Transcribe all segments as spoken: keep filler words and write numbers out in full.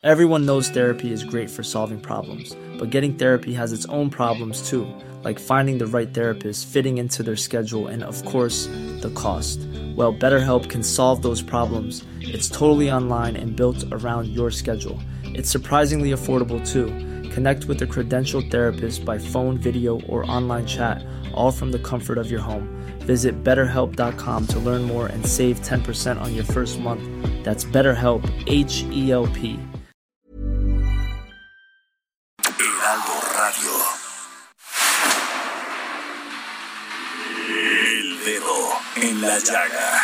Everyone knows therapy is great for solving problems, but getting therapy has its own problems too, like finding the right therapist, fitting into their schedule, and of course, the cost. Well, BetterHelp can solve those problems. It's totally online and built around your schedule. It's surprisingly affordable too. Connect with a credentialed therapist by phone, video, or online chat, all from the comfort of your home. Visit better help dot com to learn more and save ten percent on your first month. That's BetterHelp, H E L P. Heraldo Radio. El dedo en la llaga.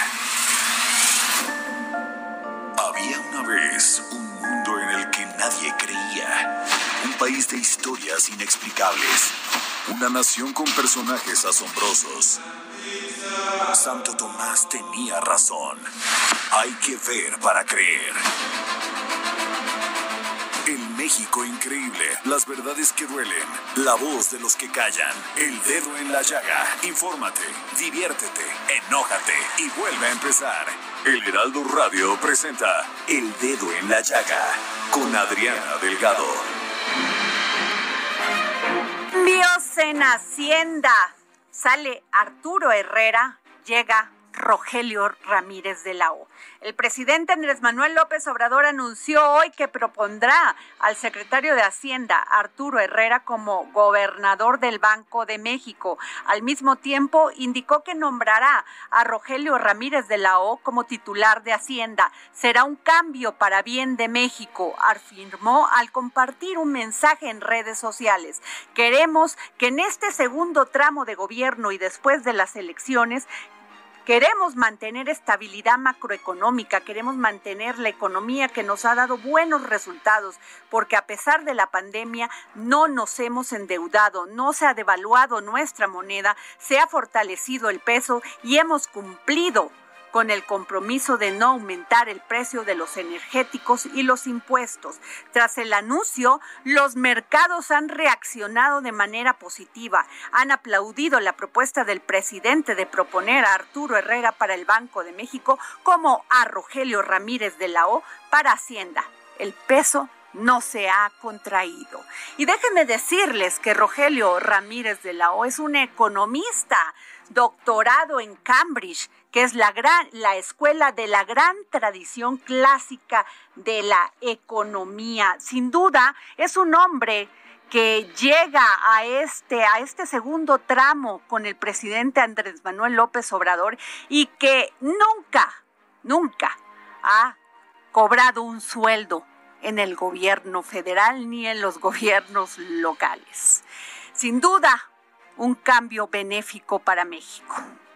Había una vez un mundo en el que nadie creía. Un país de historias inexplicables. Una nación con personajes asombrosos. Santo Tomás tenía razón. Hay que ver para creer. El México increíble, las verdades que duelen, la voz de los que callan, el dedo en la llaga. Infórmate, diviértete, enójate y vuelve a empezar. El Heraldo Radio presenta El Dedo en la Llaga con Adriana Delgado. Dios en Hacienda. Sale Arturo Herrera, llega Rogelio Ramírez de la O. El presidente Andrés Manuel López Obrador anunció hoy que propondrá al secretario de Hacienda, Arturo Herrera, como gobernador del Banco de México. Al mismo tiempo, indicó que nombrará a Rogelio Ramírez de la O como titular de Hacienda. Será un cambio para bien de México, afirmó al compartir un mensaje en redes sociales. Queremos que en este segundo tramo de gobierno y después de las elecciones, queremos mantener estabilidad macroeconómica, queremos mantener la economía que nos ha dado buenos resultados, porque a pesar de la pandemia no nos hemos endeudado, no se ha devaluado nuestra moneda, se ha fortalecido el peso y hemos cumplido con el compromiso de no aumentar el precio de los energéticos y los impuestos. Tras el anuncio, los mercados han reaccionado de manera positiva, han aplaudido la propuesta del presidente de proponer a Arturo Herrera para el Banco de México como a Rogelio Ramírez de la O para Hacienda. El peso no se ha contraído. Y déjenme decirles que Rogelio Ramírez de la O es un economista, doctorado en Cambridge, que es la gran, la escuela de la gran tradición clásica de la economía. Sin duda, es un hombre que llega a este, a este segundo tramo con el presidente Andrés Manuel López Obrador y que nunca, nunca ha cobrado un sueldo en el gobierno federal ni en los gobiernos locales. Sin duda, un cambio benéfico para México.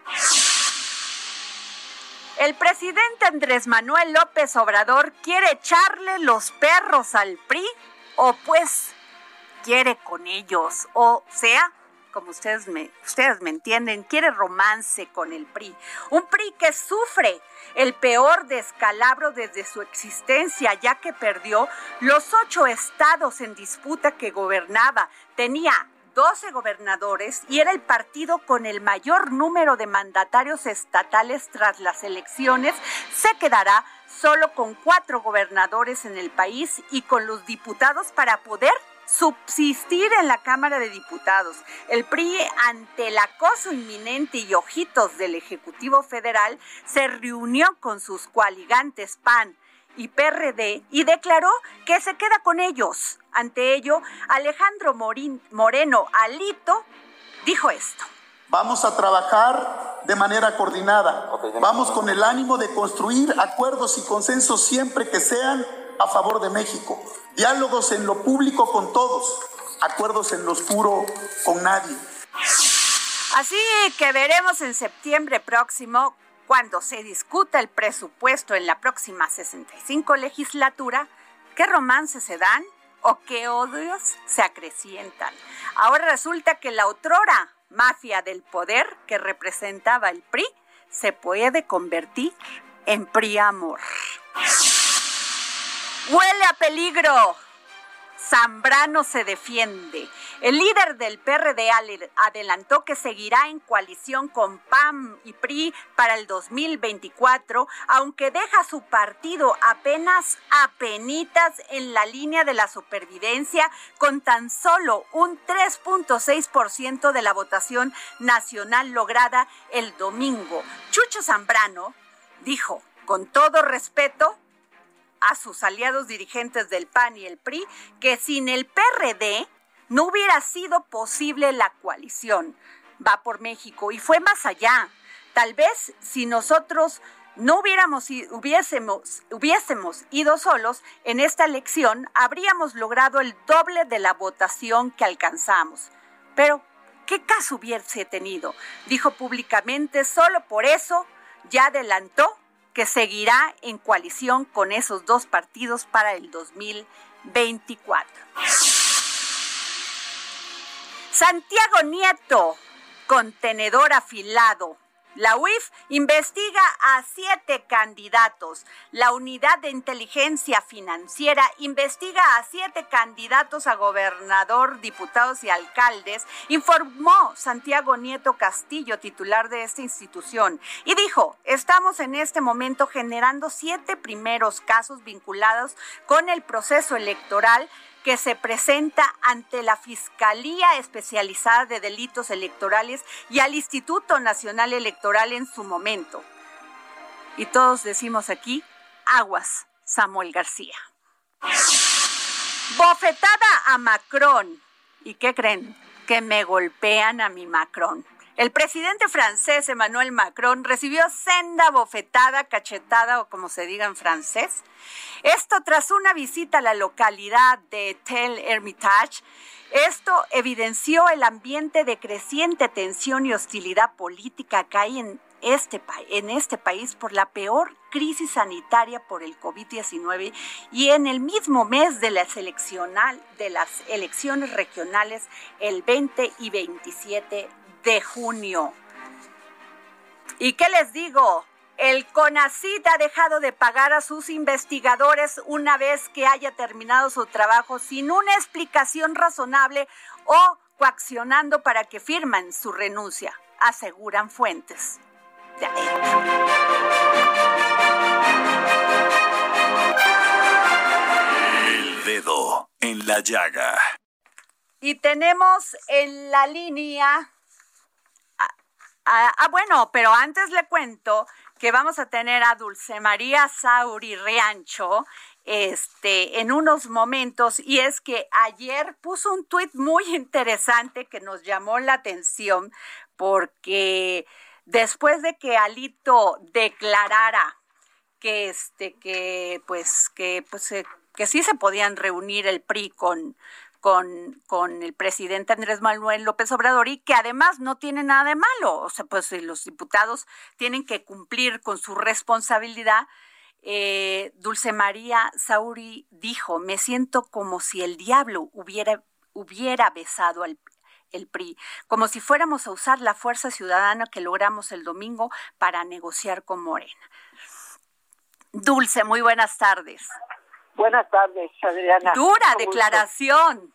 El presidente Andrés Manuel López Obrador quiere echarle los perros al P R I, o pues quiere con ellos, o sea, como ustedes me, ustedes me entienden, quiere romance con el P R I. Un P R I que sufre el peor descalabro desde su existencia, ya que perdió los ocho estados en disputa que gobernaba. Tenía doce gobernadores y era el partido con el mayor número de mandatarios estatales tras las elecciones. Se quedará solo con cuatro gobernadores en el país y con los diputados para poder subsistir en la Cámara de Diputados. El P R I, ante el acoso inminente y ojitos del Ejecutivo Federal, se reunió con sus coaligantes P A N y P R D y declaró que se queda con ellos. Ante ello, Alejandro Morín, Moreno Alito dijo esto. Vamos a trabajar de manera coordinada. Vamos con el ánimo de construir acuerdos y consensos siempre que sean a favor de México. Diálogos en lo público con todos, acuerdos en lo oscuro con nadie. Así que veremos en septiembre próximo, cuando se discuta el presupuesto en la próxima sesenta y cinco legislatura, qué romances se dan o qué odios se acrecientan. Ahora resulta que la otrora mafia del poder que representaba el P R I se puede convertir en P R I amor. Huele a peligro. Zambrano se defiende. El líder del P R D adelantó que seguirá en coalición con P A M y P R I para el dos mil veinticuatro, aunque deja su partido apenas apenitas en la línea de la supervivencia, con tan solo un tres punto seis por ciento de la votación nacional lograda el domingo. Chucho Zambrano dijo, con todo respeto a sus aliados dirigentes del P A N y el P R I, que sin el P R D no hubiera sido posible la coalición Va por México, y fue más allá. Tal vez si nosotros no hubiéramos hubiésemos hubiésemos ido solos en esta elección, habríamos logrado el doble de la votación que alcanzamos. Pero ¿qué caso hubiese tenido? Dijo públicamente, solo por eso ya adelantó que seguirá en coalición con esos dos partidos para el dos mil veinticuatro. Santiago Nieto, contenedor afilado. La U I F investiga a siete candidatos. La Unidad de Inteligencia Financiera investiga a siete candidatos a gobernador, diputados y alcaldes, informó Santiago Nieto Castillo, titular de esta institución, y dijo, estamos en este momento generando siete primeros casos vinculados con el proceso electoral que se presenta ante la Fiscalía Especializada de Delitos Electorales y al Instituto Nacional Electoral en su momento. Y todos decimos aquí, aguas, Samuel García. Bofetada a Macron. ¿Y qué creen? Que me golpean a mi Macron. El presidente francés Emmanuel Macron recibió senda bofetada, cachetada o como se diga en francés. Esto tras una visita a la localidad de Tel Hermitage. Esto evidenció el ambiente de creciente tensión y hostilidad política que hay en este, en este país por la peor crisis sanitaria por el COVID diecinueve y en el mismo mes de las, de las elecciones regionales el veinte y veintisiete de junio. ¿Y qué les digo? El CONACYT ha dejado de pagar a sus investigadores una vez que haya terminado su trabajo sin una explicación razonable o coaccionando para que firmen su renuncia, aseguran fuentes de adentro. El dedo en la llaga. Y tenemos en la línea... Ah, ah, bueno, pero antes le cuento que vamos a tener a Dulce María Sauri Riancho este, en unos momentos, y es que ayer puso un tuit muy interesante que nos llamó la atención porque después de que Alito declarara que este que pues que pues eh, que sí se podían reunir el P R I con Con, con el presidente Andrés Manuel López Obrador y que además no tiene nada de malo, o sea, pues los diputados tienen que cumplir con su responsabilidad. Eh, Dulce María Sauri dijo, me siento como si el diablo hubiera, hubiera besado al el P R I, como si fuéramos a usar la fuerza ciudadana que logramos el domingo para negociar con Morena. Dulce, muy buenas tardes. Buenas tardes, Adriana. Dura declaración.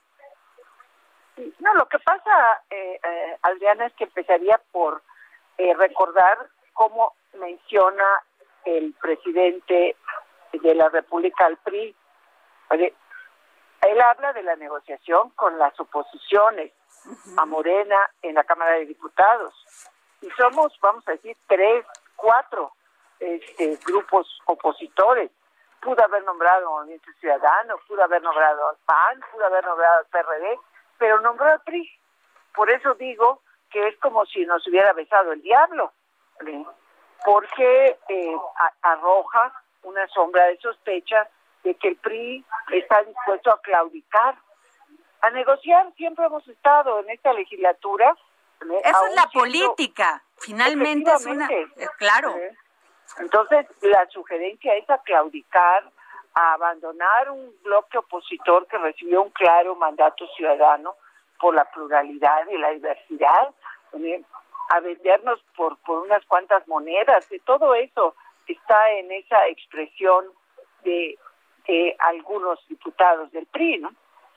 No, lo que pasa, eh, eh, Adriana, es que empezaría por eh, recordar cómo menciona el presidente de la República al P R I. Oye, él habla de la negociación con las oposiciones uh-huh. a Morena en la Cámara de Diputados. Y somos, vamos a decir, tres, cuatro este, grupos opositores. Pudo haber nombrado a Movimiento Ciudadano, pudo haber nombrado al P A N, pudo haber nombrado al P R D, pero nombró al P R I. Por eso digo que es como si nos hubiera besado el diablo, ¿sí? Porque eh, a, arroja una sombra de sospecha de que el P R I está dispuesto a claudicar. A negociar siempre hemos estado en esta legislatura. Esa es la política, finalmente es una... Eh, claro. ¿sí? Entonces, la sugerencia es a claudicar, a abandonar un bloque opositor que recibió un claro mandato ciudadano por la pluralidad y la diversidad, a vendernos por, por unas cuantas monedas. De todo eso está en esa expresión de, de algunos diputados del P R I, ¿no?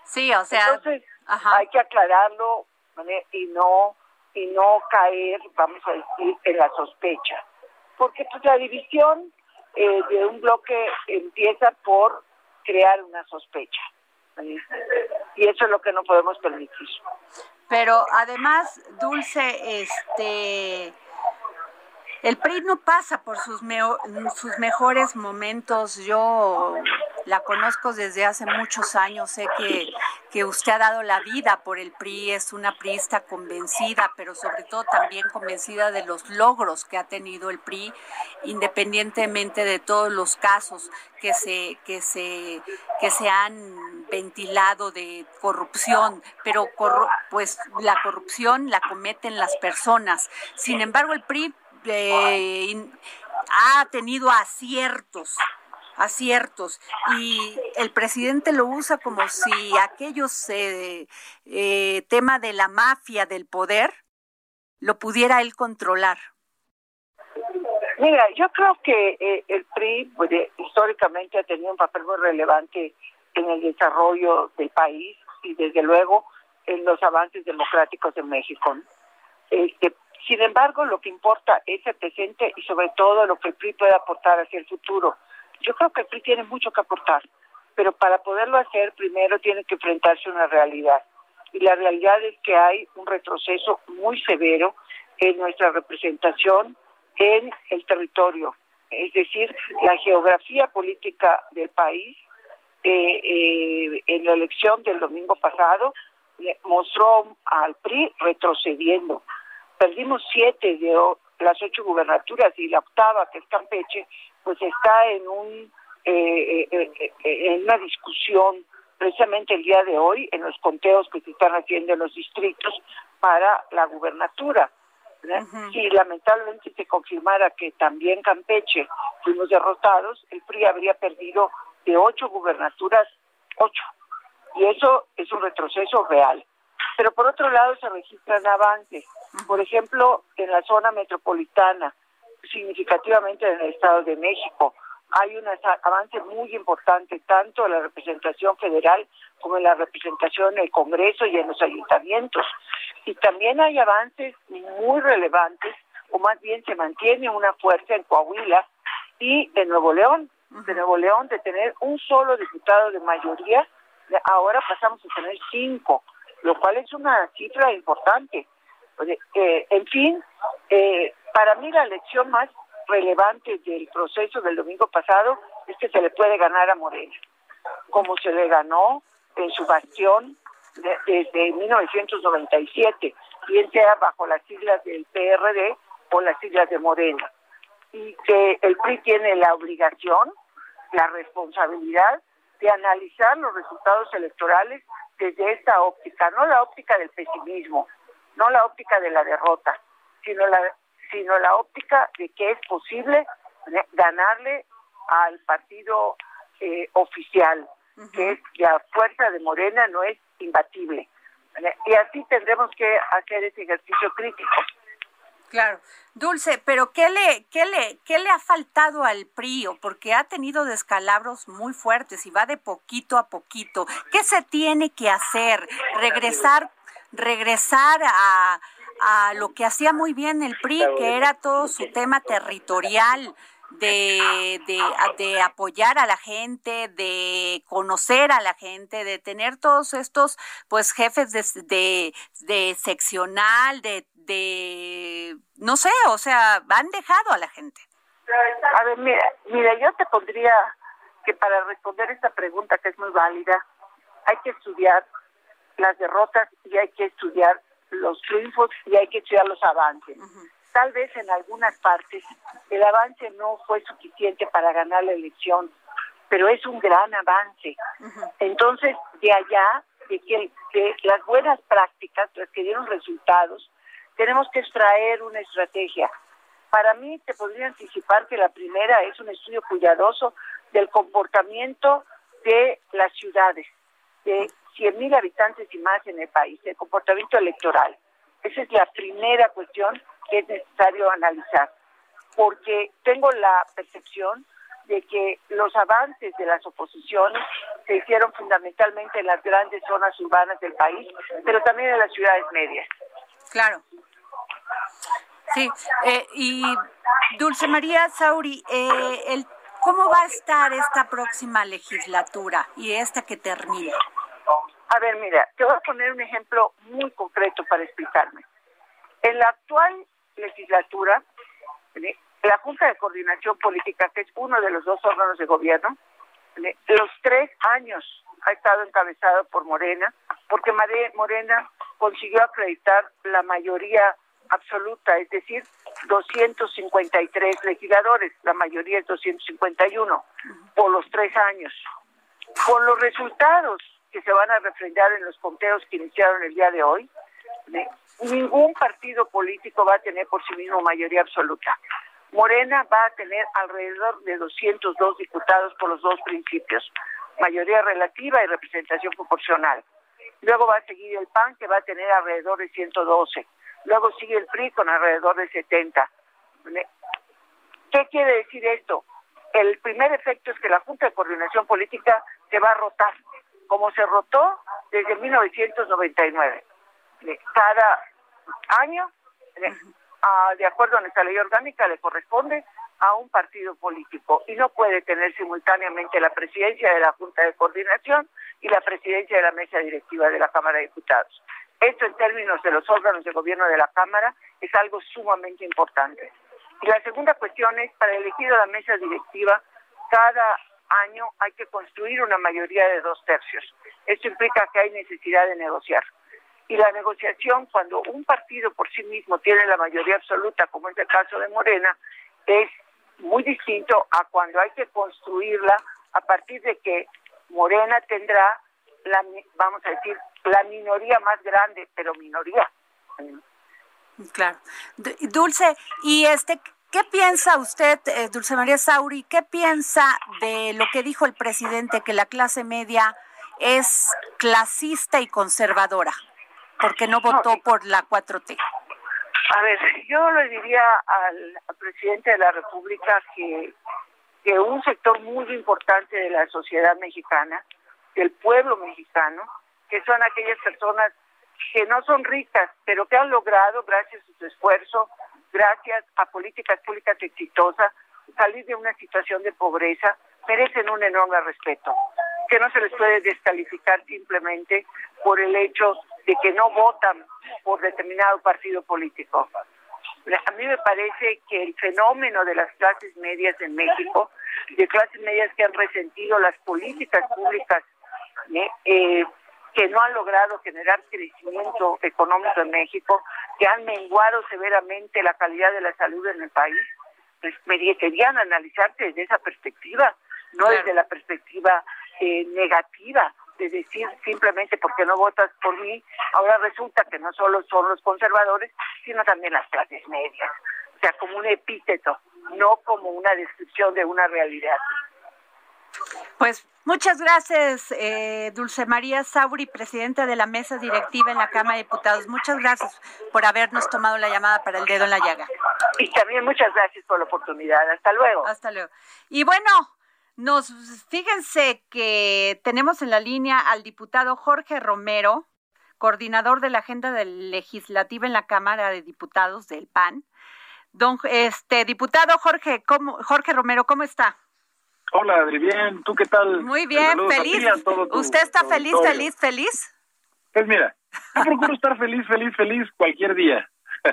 Sí, o sea, entonces ajá. hay que aclararlo, ¿vale? y no y no caer, vamos a decir, en la sospecha, porque pues la división eh, de un bloque empieza por crear una sospecha, ¿vale? Y eso es lo que no podemos permitir. Pero además, Dulce, este, el P R I no pasa por sus meo, sus mejores momentos. Yo la conozco desde hace muchos años, sé que, que usted ha dado la vida por el P R I, es una priista convencida, pero sobre todo también convencida de los logros que ha tenido el P R I, independientemente de todos los casos que se, que se, que se han ventilado de corrupción, pero corru- pues la corrupción la cometen las personas. Sin embargo, el P R I eh, in, ha tenido aciertos. aciertos y el presidente lo usa como si aquellos eh, eh, tema de la mafia del poder lo pudiera él controlar. Mira, yo creo que eh, el P R I pues, de, históricamente ha tenido un papel muy relevante en el desarrollo del país y desde luego en los avances democráticos de México. Este, sin embargo, lo que importa es el presente y sobre todo lo que el P R I puede aportar hacia el futuro. Yo creo que el P R I tiene mucho que aportar, pero para poderlo hacer primero tiene que enfrentarse a una realidad. Y la realidad es que hay un retroceso muy severo en nuestra representación en el territorio. Es decir, la geografía política del país eh, eh, en la elección del domingo pasado mostró al P R I retrocediendo. Perdimos siete de las ocho gubernaturas y la octava, que es Campeche, pues está en un eh, eh, eh, en una discusión precisamente el día de hoy en los conteos que se están haciendo en los distritos para la gubernatura. Uh-huh. Si lamentablemente se confirmara que también Campeche fuimos derrotados, el P R I habría perdido de ocho gubernaturas, ocho. Y eso es un retroceso real. Pero por otro lado se registran avances. Por ejemplo, en la zona metropolitana, significativamente en el Estado de México, hay un avance muy importante, tanto en la representación federal como en la representación en el Congreso y en los ayuntamientos. Y también hay avances muy relevantes, o más bien se mantiene una fuerza en Coahuila y en Nuevo León. De Nuevo León, de tener un solo diputado de mayoría, ahora pasamos a tener cinco, lo cual es una cifra importante. Eh, en fin, eh, para mí la lección más relevante del proceso del domingo pasado es que se le puede ganar a Morena, como se le ganó en su bastión de, desde mil novecientos noventa y siete, bien sea bajo las siglas del P R D o las siglas de Morena, y que el P R I tiene la obligación, la responsabilidad de analizar los resultados electorales desde esta óptica, no la óptica del pesimismo, no la óptica de la derrota, sino la sino la óptica de que es posible ganarle al partido eh, oficial, uh-huh. que es la fuerza de Morena, no es imbatible. Y así tendremos que hacer ese ejercicio crítico. Claro. Dulce, pero ¿qué le, qué le, qué le ha faltado al P R I? Porque ha tenido descalabros muy fuertes y va de poquito a poquito. ¿Qué se tiene que hacer? Regresar, regresar a, a lo que hacía muy bien el P R I, que era todo su tema territorial, de, de, de apoyar a la gente, de conocer a la gente, de tener todos estos pues jefes de, de, de seccional, de, de no sé, o sea, han dejado a la gente. A ver, mira, mira, yo te pondría que para responder esta pregunta, que es muy válida, hay que estudiar las derrotas y hay que estudiar los triunfos y hay que estudiar los avances. Uh-huh. Tal vez en algunas partes el avance no fue suficiente para ganar la elección, pero es un gran avance. Uh-huh. Entonces, de allá, de que de las buenas prácticas, las que dieron resultados, tenemos que extraer una estrategia. Para mí, te podría anticipar que la primera es un estudio cuidadoso del comportamiento de las ciudades, de cien mil habitantes y más en el país, el comportamiento electoral. Esa es la primera cuestión que es necesario analizar, porque tengo la percepción de que los avances de las oposiciones se hicieron fundamentalmente en las grandes zonas urbanas del país, pero también en las ciudades medias. Claro. Sí, eh, y Dulce María Sauri, eh, el, ¿cómo va a estar esta próxima legislatura y esta que termina? A ver, mira, te voy a poner un ejemplo muy concreto para explicarme. En la actual legislatura, la Junta de Coordinación Política, que es uno de los dos órganos de gobierno, los tres años ha estado encabezado por Morena, porque Morena consiguió acreditar la mayoría absoluta, es decir, doscientos cincuenta y tres legisladores, la mayoría es doscientos cincuenta y uno, por los tres años. Con los resultados que se van a refrendar en los conteos que iniciaron el día de hoy, ningún partido político va a tener por sí mismo mayoría absoluta. Morena va a tener alrededor de doscientos dos diputados por los dos principios, mayoría relativa y representación proporcional. Luego va a seguir el P A N, que va a tener alrededor de ciento doce. Luego sigue el P R I con alrededor de setenta. ¿Qué quiere decir esto? El primer efecto es que la Junta de Coordinación Política se va a rotar, como se rotó desde mil novecientos noventa y nueve. Cada año, de acuerdo a nuestra ley orgánica, le corresponde a un partido político y no puede tener simultáneamente la presidencia de la Junta de Coordinación y la presidencia de la mesa directiva de la Cámara de Diputados. Esto, en términos de los órganos de gobierno de la Cámara, es algo sumamente importante. Y la segunda cuestión es, para elegir a la mesa directiva, cada año hay que construir una mayoría de dos tercios. Esto implica que hay necesidad de negociar. Y la negociación, cuando un partido por sí mismo tiene la mayoría absoluta, como es el caso de Morena, es muy distinto a cuando hay que construirla a partir de que Morena tendrá, la, vamos a decir, la minoría más grande, pero minoría. Claro. Dulce, y este, ¿qué piensa usted, eh, Dulce María Sauri, qué piensa de lo que dijo el presidente, que la clase media es clasista y conservadora, porque no votó no, por la cuatro T? A ver, yo le diría al, al presidente de la República que, que un sector muy importante de la sociedad mexicana, del pueblo mexicano, que son aquellas personas que no son ricas, pero que han logrado, gracias a su esfuerzo, gracias a políticas públicas exitosas, salir de una situación de pobreza, merecen un enorme respeto, que no se les puede descalificar simplemente por el hecho de que no votan por determinado partido político. A mí me parece que el fenómeno de las clases medias en México, de clases medias que han resentido las políticas públicas, ¿eh? Eh, que no han logrado generar crecimiento económico en México, que han menguado severamente la calidad de la salud en el país, pues merecerían analizarse desde esa perspectiva, no claro. desde la perspectiva eh, negativa, de decir simplemente porque no votas por mí, ahora resulta que no solo son los conservadores, sino también las clases medias. O sea, como un epíteto, no como una descripción de una realidad. Pues muchas gracias, eh, Dulce María Sauri, presidenta de la mesa directiva en la Cámara de Diputados. Muchas gracias por habernos tomado la llamada para El Dedo en la Llaga. Y también muchas gracias por la oportunidad. Hasta luego. Hasta luego. Y bueno, nos fíjense que tenemos en la línea al diputado Jorge Romero, coordinador de la agenda legislativa en la Cámara de Diputados del P A N. Don, este diputado Jorge, ¿cómo, Jorge Romero, ¿cómo está? Hola, Adri, bien, ¿tú qué tal? Muy bien, feliz. Tu, ¿Usted está feliz, auditorio. feliz, feliz? Pues mira, yo procuro estar feliz, feliz, feliz cualquier día.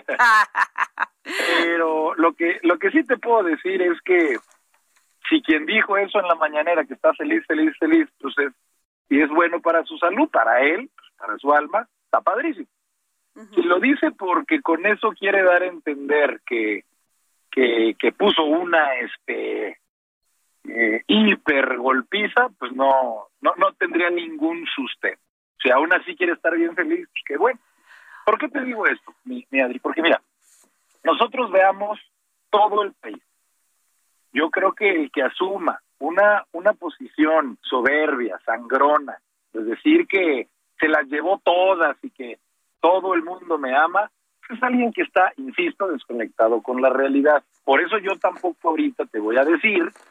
Pero lo que lo que sí te puedo decir es que si quien dijo eso en la mañanera, que está feliz, feliz, feliz, pues es, y es bueno para su salud, para él, pues para su alma, está padrísimo. Uh-huh. Y lo dice porque con eso quiere dar a entender que, que, que puso una, este... Eh, hiper golpiza, pues no, no no tendría ningún sustento. Si aún así quiere estar bien feliz, pues qué bueno. ¿Por qué te digo esto, mi, mi Adri? Porque mira, nosotros veamos todo el país. Yo creo que el que asuma una, una posición soberbia, sangrona, es decir, que se las llevó todas y que todo el mundo me ama, es alguien que está, insisto, desconectado con la realidad. Por eso yo tampoco ahorita te voy a decir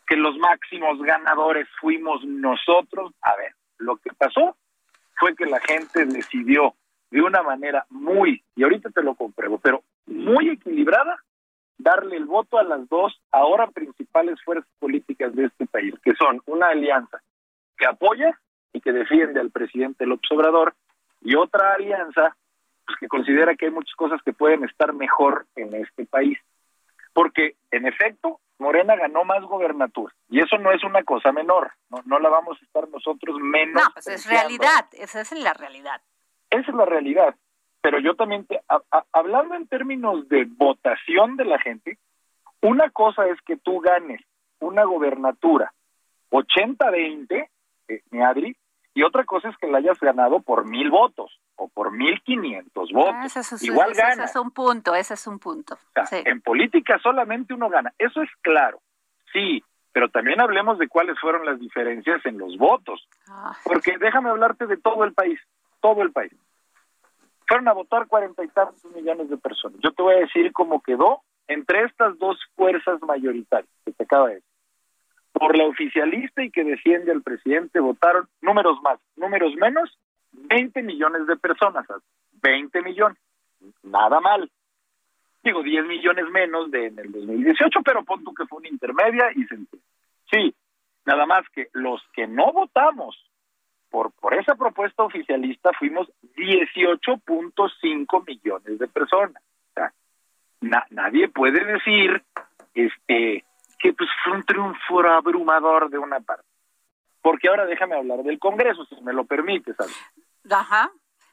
que los máximos ganadores fuimos nosotros. A ver, lo que pasó fue que la gente decidió de una manera muy, y ahorita te lo compruebo, pero muy equilibrada, darle el voto a las dos ahora principales fuerzas políticas de este país, que son una alianza que apoya y que defiende al presidente López Obrador, y otra alianza pues, que considera que hay muchas cosas que pueden estar mejor en este país. Porque, en efecto, Morena ganó más gobernaturas, y eso no es una cosa menor, no, no la vamos a estar nosotros menos. No, pues es realidad, esa es la realidad. Esa es la realidad, pero yo también, te, a, a, hablando en términos de votación de la gente, una cosa es que tú ganes una gobernatura ochenta veinte, eh, mi Adri, y otra cosa es que la hayas ganado por mil votos o por mil quinientos votos. Ah, ese es, Igual ese, gana. Ese es un punto, ese es un punto. O sea, sí. En política solamente uno gana, eso es claro, sí, pero también hablemos de cuáles fueron las diferencias en los votos, ah, porque déjame hablarte de todo el país, todo el país. Fueron a votar cuarenta y tantos millones de personas. Yo te voy a decir cómo quedó entre estas dos fuerzas mayoritarias que te acaba de decir. Por la oficialista y que defiende al presidente votaron números más, números menos, veinte millones de personas, veinte millones, nada mal. Digo, diez millones menos de en el dos mil dieciocho, pero pon tú que fue una intermedia y se entiende. Sí, nada más que los que no votamos por por esa propuesta oficialista fuimos dieciocho punto cinco millones de personas. O sea, na, nadie puede decir este que pues fue un triunfo abrumador de una parte. Porque ahora déjame hablar del Congreso, si me lo permites, ¿sabes? Ajá.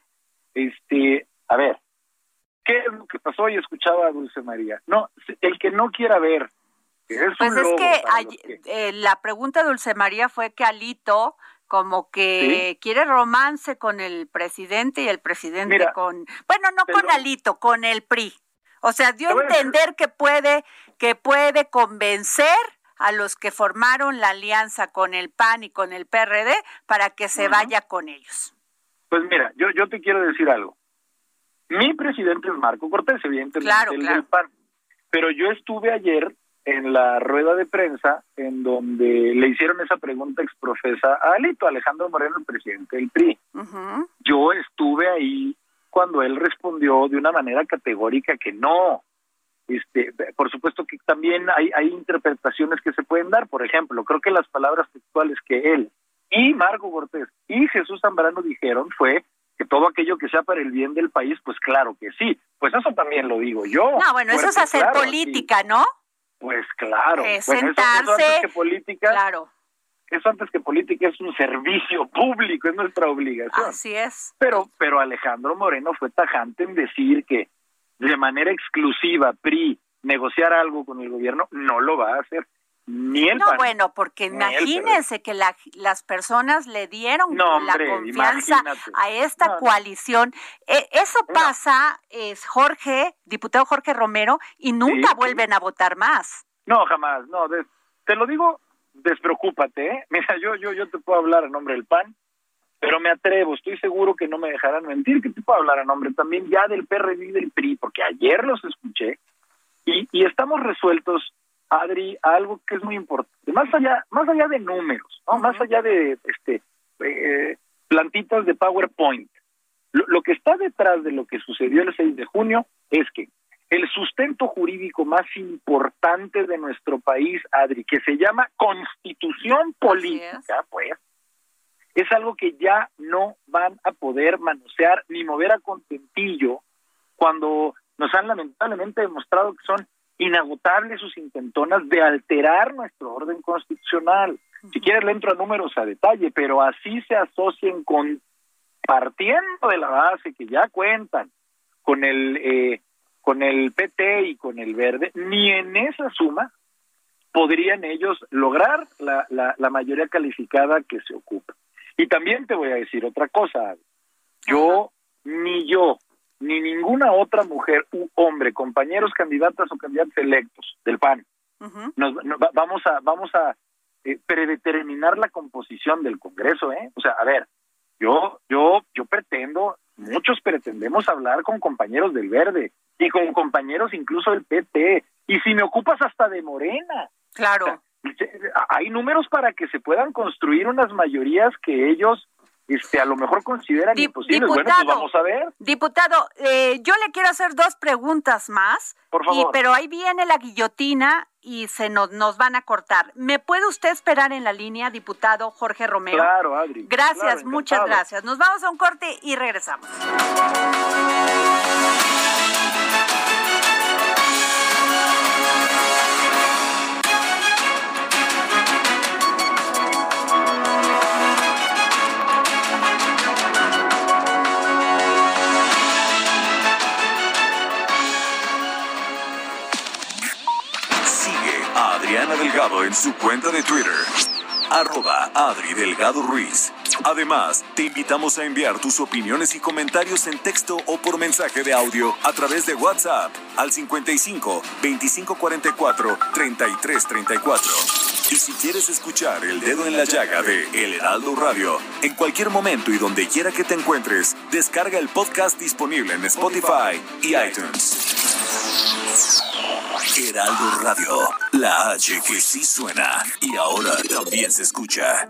Este, a ver, ¿qué es lo que pasó? Y escuchaba a Dulce María. No, el que no quiera ver, que es pues un es que, hay, que... Eh, la pregunta de Dulce María fue que Alito como que ¿sí? quiere romance con el presidente y el presidente Mira, con, bueno, no con lo... Alito, con el P R I. O sea, dio a entender que puede, que puede convencer a los que formaron la alianza con el P A N y con el P R D para que se uh-huh. vaya con ellos. Pues mira, yo, yo te quiero decir algo. Mi presidente es Marco Cortés, evidentemente, claro, el claro. del P A N. Pero yo estuve ayer en la rueda de prensa en donde le hicieron esa pregunta exprofesa a Alito, Alejandro Moreno, el presidente del P R I. Uh-huh. Yo estuve ahí cuando él respondió de una manera categórica que no. Este, por supuesto que también hay, hay interpretaciones que se pueden dar. Por ejemplo, creo que las palabras textuales que él y Marco Cortés y Jesús Zambrano dijeron fue que todo aquello que sea para el bien del país, pues claro que sí. Pues eso también lo digo yo. No, bueno, eso es hacer claro, política, sí. ¿no? Pues claro. Es bueno, sentarse. Eso, eso antes que política, claro. Eso antes que política es un servicio público, es nuestra obligación. Así es. Pero, pero Alejandro Moreno fue tajante en decir que de manera exclusiva P R I negociar algo con el gobierno no lo va a hacer. Ni el no, P A N, bueno, porque imagínense que la, las personas le dieron no, la hombre, confianza imagínate. a esta no, coalición. Eh, eso no. pasa, es Jorge, diputado Jorge Romero, y nunca sí, vuelven sí. a votar más. No, jamás, no, de, te lo digo, despreocúpate, ¿eh? Mira, yo, yo, yo te puedo hablar a nombre del P A N, pero me atrevo, estoy seguro que no me dejarán mentir, que te puedo hablar a nombre también ya del P R D y del P R I, porque ayer los escuché, y, y estamos resueltos, Adri, a algo que es muy importante, más allá, más allá de números, ¿no? Uh-huh. Más allá de este eh, plantitas de PowerPoint. Lo, lo que está detrás de lo que sucedió el seis de junio es que el sustento jurídico más importante de nuestro país, Adri, que se llama Constitución Política, pues, es algo que ya no van a poder manosear ni mover a contentillo cuando nos han lamentablemente demostrado que son inagotables sus intentonas de alterar nuestro orden constitucional. Uh-huh. Si quieres le entro a números a detalle, pero así se asocien con, partiendo de la base que ya cuentan con el eh, con el P T y con el Verde, ni en esa suma podrían ellos lograr la, la, la mayoría calificada que se ocupa. Y también te voy a decir otra cosa, yo, ni yo, ni ninguna otra mujer u hombre, compañeros candidatas o candidatos electos del P A N, uh-huh. nos, nos, vamos a vamos a eh, predeterminar la composición del Congreso, ¿eh? O sea, a ver, yo yo yo pretendo, muchos pretendemos hablar con compañeros del Verde y con compañeros incluso del P T, y si me ocupas hasta de Morena. Claro. O sea, hay números para que se puedan construir unas mayorías que ellos este, a lo mejor consideran Dip, imposibles. Diputado, bueno, pues vamos a ver. Diputado, eh, yo le quiero hacer dos preguntas más, Por favor. Y, pero ahí viene la guillotina y se nos, nos van a cortar. ¿Me puede usted esperar en la línea, diputado Jorge Romero? Claro, Adri. Gracias, Claro, muchas gracias. Nos vamos a un corte y regresamos. Adriana Delgado en su cuenta de Twitter, arroba Adri Delgado Ruiz. Además, te invitamos a enviar tus opiniones y comentarios en texto o por mensaje de audio a través de WhatsApp al cincuenta y cinco, veinticinco cuarenta y cuatro, treinta y tres treinta y cuatro. Y si quieres escuchar El Dedo en la Llaga de El Heraldo Radio, en cualquier momento y donde quiera que te encuentres, descarga el podcast disponible en Spotify y iTunes. Heraldo Radio, la H que sí suena y ahora también se escucha.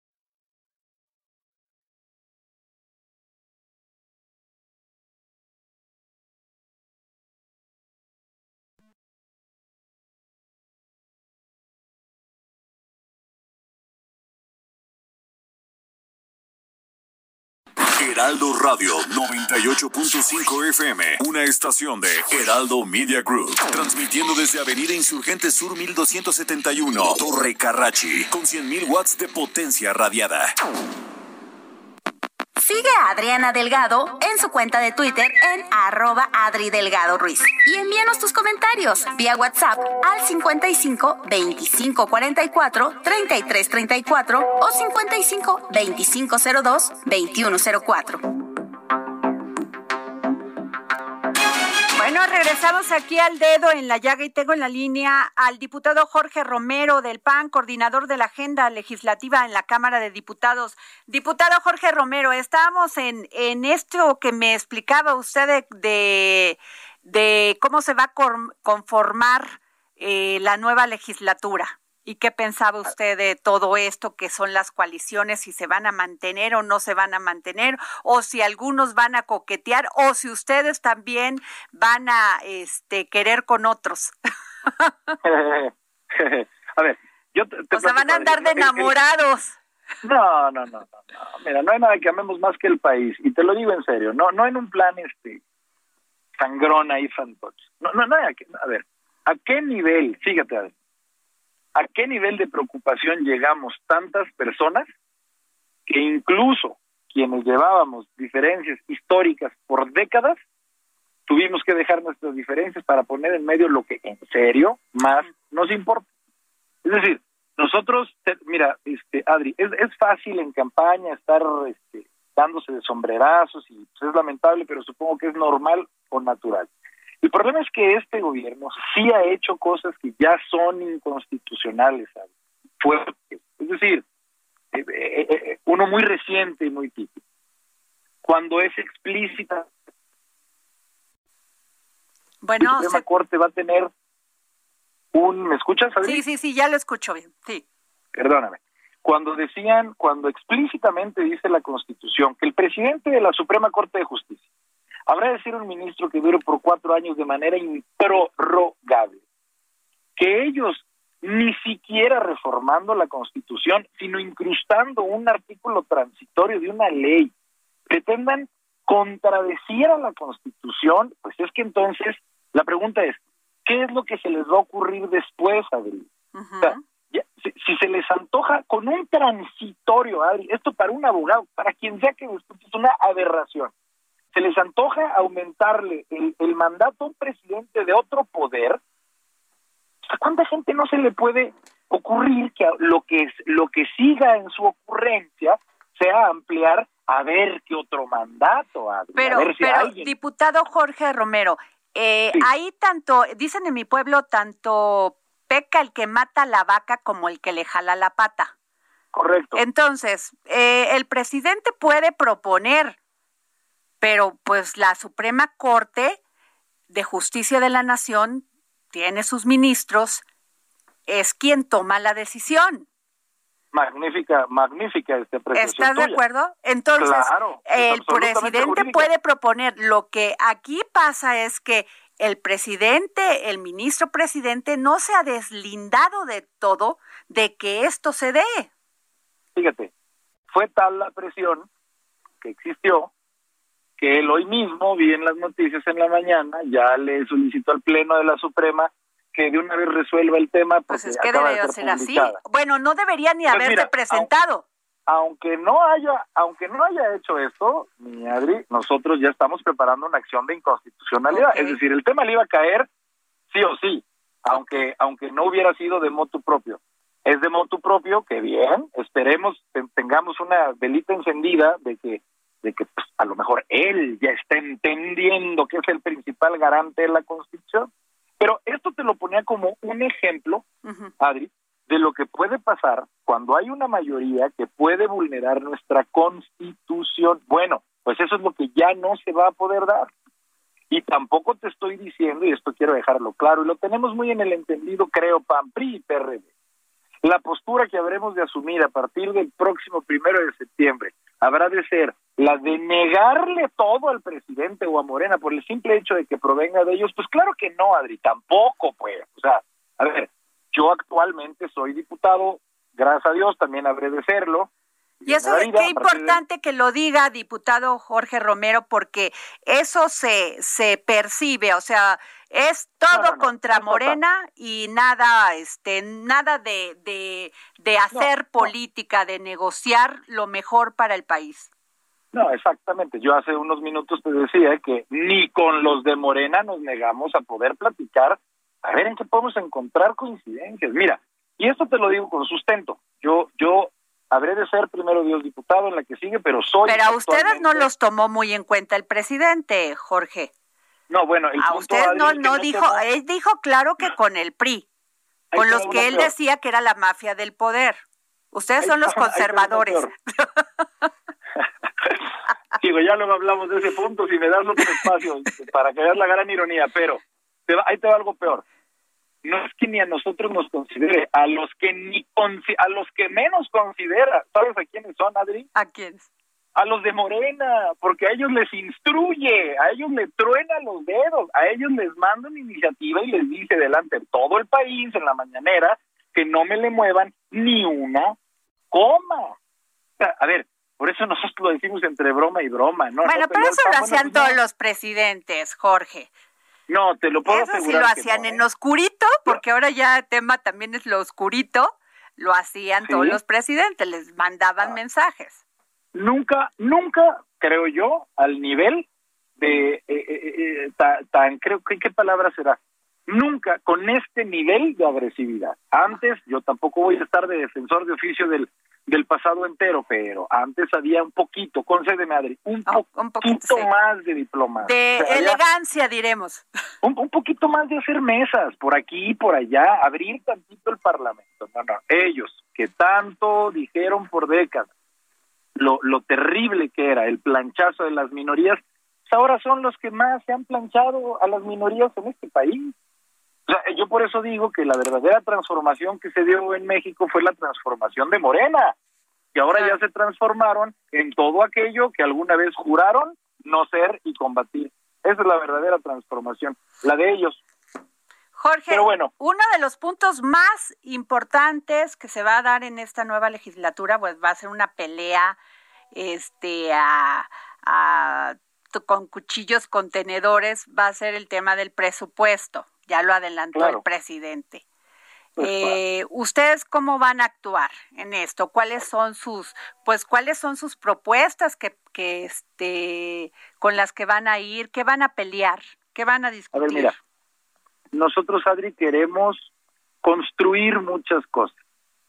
Heraldo Radio noventa y ocho punto cinco F M, una estación de Heraldo Media Group, transmitiendo desde Avenida Insurgente Sur mil doscientos setenta y uno, Torre Carrachi, con cien mil watts de potencia radiada. Sigue a Adriana Delgado en su cuenta de Twitter en arroba Adri Delgado Ruiz. Y envíanos tus comentarios vía WhatsApp al cincuenta y cinco, veinticinco cuarenta y cuatro, treinta y tres treinta y cuatro o cincuenta y cinco, veinticinco cero dos, veintiuno cero cuatro. Bueno, regresamos aquí al Dedo en la Llaga y tengo en la línea al diputado Jorge Romero del P A N, coordinador de la agenda legislativa en la Cámara de Diputados. Diputado Jorge Romero, estábamos en, en esto que me explicaba usted de, de, de cómo se va a conformar eh, la nueva legislatura. ¿Y qué pensaba usted de todo esto que son las coaliciones, si se van a mantener o no se van a mantener, o si algunos van a coquetear, o si ustedes también van a este querer con otros? A ver, yo te, te o sea, van a andar de enamorados. No, no, no, no, no. Mira, no hay nada que amemos más que el país, y te lo digo en serio, no, no en un plan este sangrón ahí fantoche. No, no, no, a ver, ¿a qué nivel? Fíjate, a ver. ¿A qué nivel de preocupación llegamos tantas personas que incluso quienes llevábamos diferencias históricas por décadas, tuvimos que dejar nuestras diferencias para poner en medio lo que en serio más nos importa? Es decir, nosotros, te, mira, este Adri, es, es fácil en campaña estar este, dándose de sombrerazos y pues, es lamentable, pero supongo que es normal o natural. El problema es que este gobierno sí ha hecho cosas que ya son inconstitucionales, ¿sabes? Fuertes. Es decir, eh, eh, eh, uno muy reciente y muy típico. Cuando es explícita, bueno, la Suprema se... Corte va a tener un... ¿Me escuchas, Adri? Sí, sí, sí, ya lo escucho bien, sí. Perdóname. Cuando decían, cuando explícitamente dice la Constitución que el presidente de la Suprema Corte de Justicia habrá de ser un ministro que dure por cuatro años de manera improrrogable. Que ellos, ni siquiera reformando la Constitución, sino incrustando un artículo transitorio de una ley, pretendan contradecir a la Constitución, pues es que entonces la pregunta es, ¿qué es lo que se les va a ocurrir después, Adri? Uh-huh. O sea, ya, si, si se les antoja con un transitorio, Adri, esto para un abogado, para quien sea que me escuche, es una aberración. Se les antoja aumentarle el, el mandato a un presidente de otro poder. ¿A cuánta gente no se le puede ocurrir que lo que lo que siga en su ocurrencia sea ampliar a ver qué otro mandato? Adri, pero, a ver si pero alguien... diputado Jorge Romero, eh, sí. ahí tanto, dicen en mi pueblo, tanto peca el que mata la vaca como el que le jala la pata. Correcto. Entonces, eh, el presidente puede proponer, pero pues la Suprema Corte de Justicia de la Nación tiene sus ministros es quien toma la decisión. Magnífica, magnífica esta apreciación. ¿Estás de acuerdo? Entonces, claro, el presidente puede proponer. Lo que aquí pasa es que el presidente, el ministro presidente, no se ha deslindado de todo de que esto se dé. Fíjate, fue tal la presión que existió que él hoy mismo, vi en las noticias en la mañana, ya le solicitó al Pleno de la Suprema que de una vez resuelva el tema. Pues es que debería de ser así. Bueno, no debería ni pues haberse mira, presentado. Aunque, aunque no haya, aunque no haya hecho esto, mi Adri, nosotros ya estamos preparando una acción de inconstitucionalidad. Okay. Es decir, el tema le iba a caer sí o sí, aunque, okay. aunque no hubiera sido de motu propio. Es de motu propio, que bien, esperemos tengamos una velita encendida de que, de que pues, a lo mejor él ya está entendiendo que es el principal garante de la Constitución. Pero esto te lo ponía como un ejemplo, uh-huh. Adri, de lo que puede pasar cuando hay una mayoría que puede vulnerar nuestra Constitución. Bueno, pues eso es lo que ya no se va a poder dar. Y tampoco te estoy diciendo, y esto quiero dejarlo claro, y lo tenemos muy en el entendido, creo, P A N, P R I y P R D. La postura que habremos de asumir a partir del próximo primero de septiembre habrá de ser la de negarle todo al presidente o a Morena por el simple hecho de que provenga de ellos. Pues claro que no, Adri, tampoco, pues. O sea, a ver, yo actualmente soy diputado, gracias a Dios también habré de serlo. Y eso es qué importante de... que lo diga, diputado Jorge Romero, porque eso se se percibe, o sea, es todo no, no, no, contra no, Morena no, no. y nada este nada de de de hacer no, política, no. de negociar lo mejor para el país. No, exactamente. Yo hace unos minutos te decía que ni con los de Morena nos negamos a poder platicar, a ver en qué podemos encontrar coincidencias. Mira, y esto te lo digo con sustento. Yo yo habré de ser primero Dios diputado en la que sigue, pero soy... Pero a ustedes no los tomó muy en cuenta el presidente, Jorge. No, bueno... El a ustedes no, no, no dijo... Tomó... Él dijo claro que con el P R I, ahí con los que él peor. decía que era la mafia del poder. Ustedes ahí son los conservadores. Digo, ya luego hablamos de ese punto, si me das otro espacio para que veas la gran ironía, pero te va, ahí te va algo peor. No es que ni a nosotros nos considere, a los que ni a los que menos considera. ¿Sabes a quiénes son, Adri? ¿A quiénes? A los de Morena, porque a ellos les instruye, a ellos les truena los dedos, a ellos les manda una iniciativa y les dice delante de todo el país en la mañanera que no me le muevan ni una coma. O sea, a ver, por eso nosotros lo decimos entre broma y broma, ¿no? Bueno, no pero eso lo hacían todos los presidentes, Jorge. No, te lo puedo Eso asegurar. Eso sí lo hacían no, ¿eh? en oscurito, porque ahora ya el tema también es lo oscurito, lo hacían ¿sí? todos los presidentes, les mandaban ah. mensajes. Nunca, nunca, creo yo, al nivel de, eh, eh, eh, tan, tan, creo que, ¿qué palabra será? Nunca con este nivel de agresividad. Antes, yo tampoco voy a estar de defensor de oficio del del pasado entero, pero antes había un poquito, concédeme, Adri, un, oh, po- un poquito sí. más de diplomacia. De o sea, elegancia, había, diremos. Un, un poquito más de hacer mesas, por aquí y por allá, abrir tantito el Parlamento. No, no, ellos, que tanto dijeron por décadas lo, lo terrible que era el planchazo de las minorías, pues ahora son los que más se han planchado a las minorías en este país. O sea, yo por eso digo que la verdadera transformación que se dio en México fue la transformación de Morena, que ahora ya se transformaron en todo aquello que alguna vez juraron no ser y combatir. Esa es la verdadera transformación, la de ellos. Jorge, pero bueno, uno de los puntos más importantes que se va a dar en esta nueva legislatura, pues va a ser una pelea este a, a con cuchillos contenedores, va a ser el tema del presupuesto. Ya lo adelantó claro. el presidente. Pues, eh, claro. ¿Ustedes cómo van a actuar en esto? ¿Cuáles son sus, pues, cuáles son sus propuestas que, que, este, con las que van a ir? ¿Qué van a pelear? ¿Qué van a discutir? A ver, mira, nosotros, Adri, queremos construir muchas cosas.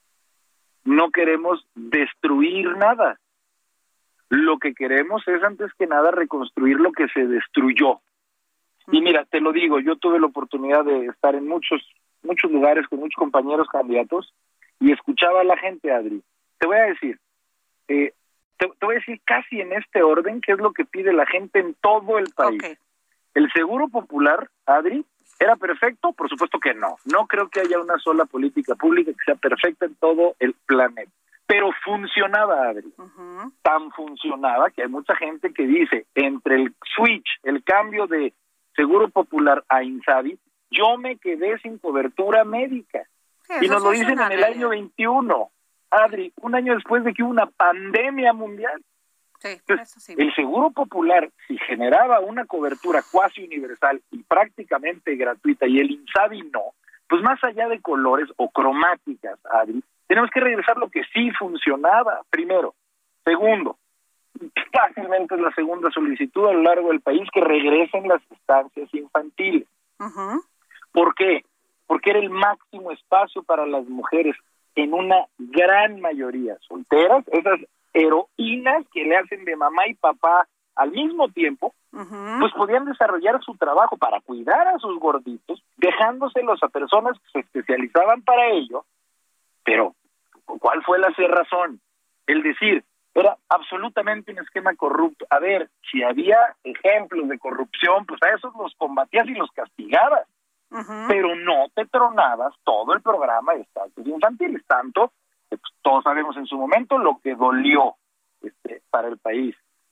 No queremos destruir nada. Lo que queremos es, antes que nada, reconstruir lo que se destruyó. Y mira, te lo digo, yo tuve la oportunidad de estar en muchos muchos lugares con muchos compañeros candidatos y escuchaba a la gente, Adri. Te voy a decir, eh, te, te voy a decir casi en este orden qué es lo que pide la gente en todo el país. Okay. El Seguro Popular, Adri, ¿Era perfecto? Por supuesto que no. No creo que haya una sola política pública que sea perfecta en todo el planeta. Pero funcionaba, Adri. Uh-huh. Tan funcionaba que hay mucha gente que dice, entre el switch, el cambio de Seguro Popular a INSABI, yo me quedé sin cobertura médica. Sí, y nos lo dicen en el año veintiuno. Adri, un año después de que hubo una pandemia mundial. Sí, eso sí. El Seguro Popular, si generaba una cobertura cuasi universal y prácticamente gratuita, y el INSABI no, pues más allá de colores o cromáticas, Adri, tenemos que regresar lo que sí funcionaba, primero. Segundo, fácilmente es la segunda solicitud a lo largo del país que regresen las estancias infantiles. Uh-huh. ¿Por qué? Porque era el máximo espacio para las mujeres en una gran mayoría solteras, esas heroínas que le hacen de mamá y papá al mismo tiempo, uh-huh. pues podían desarrollar su trabajo para cuidar a sus gorditos, dejándoselos a personas que se especializaban para ello. Pero, ¿cuál fue la razón? El decir, era absolutamente un esquema corrupto. A ver, si había ejemplos de corrupción, pues a esos los combatías y los castigabas. Uh-huh. Pero no te tronabas todo el programa de estancias infantiles, tanto que pues, todos sabemos en su momento lo que dolió este, para el país.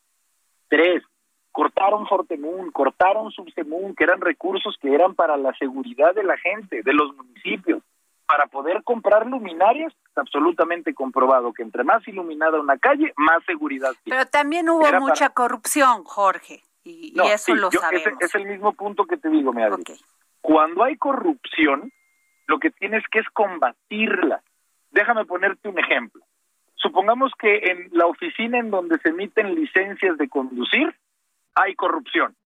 Tres, cortaron Fortemun, cortaron Subsemun, que eran recursos que eran para la seguridad de la gente, de los municipios, para poder comprar luminarias. Absolutamente comprobado que entre más iluminada una calle, más seguridad tiene. Pero también hubo Era mucha para... corrupción, Jorge, y, no, y eso sí, lo yo, sabemos. Ese es el mismo punto que te digo, mi Adri. Okay. Cuando hay corrupción, lo que tienes que es combatirla. Déjame ponerte un ejemplo. Supongamos que en la oficina en donde se emiten licencias de conducir, hay corrupción.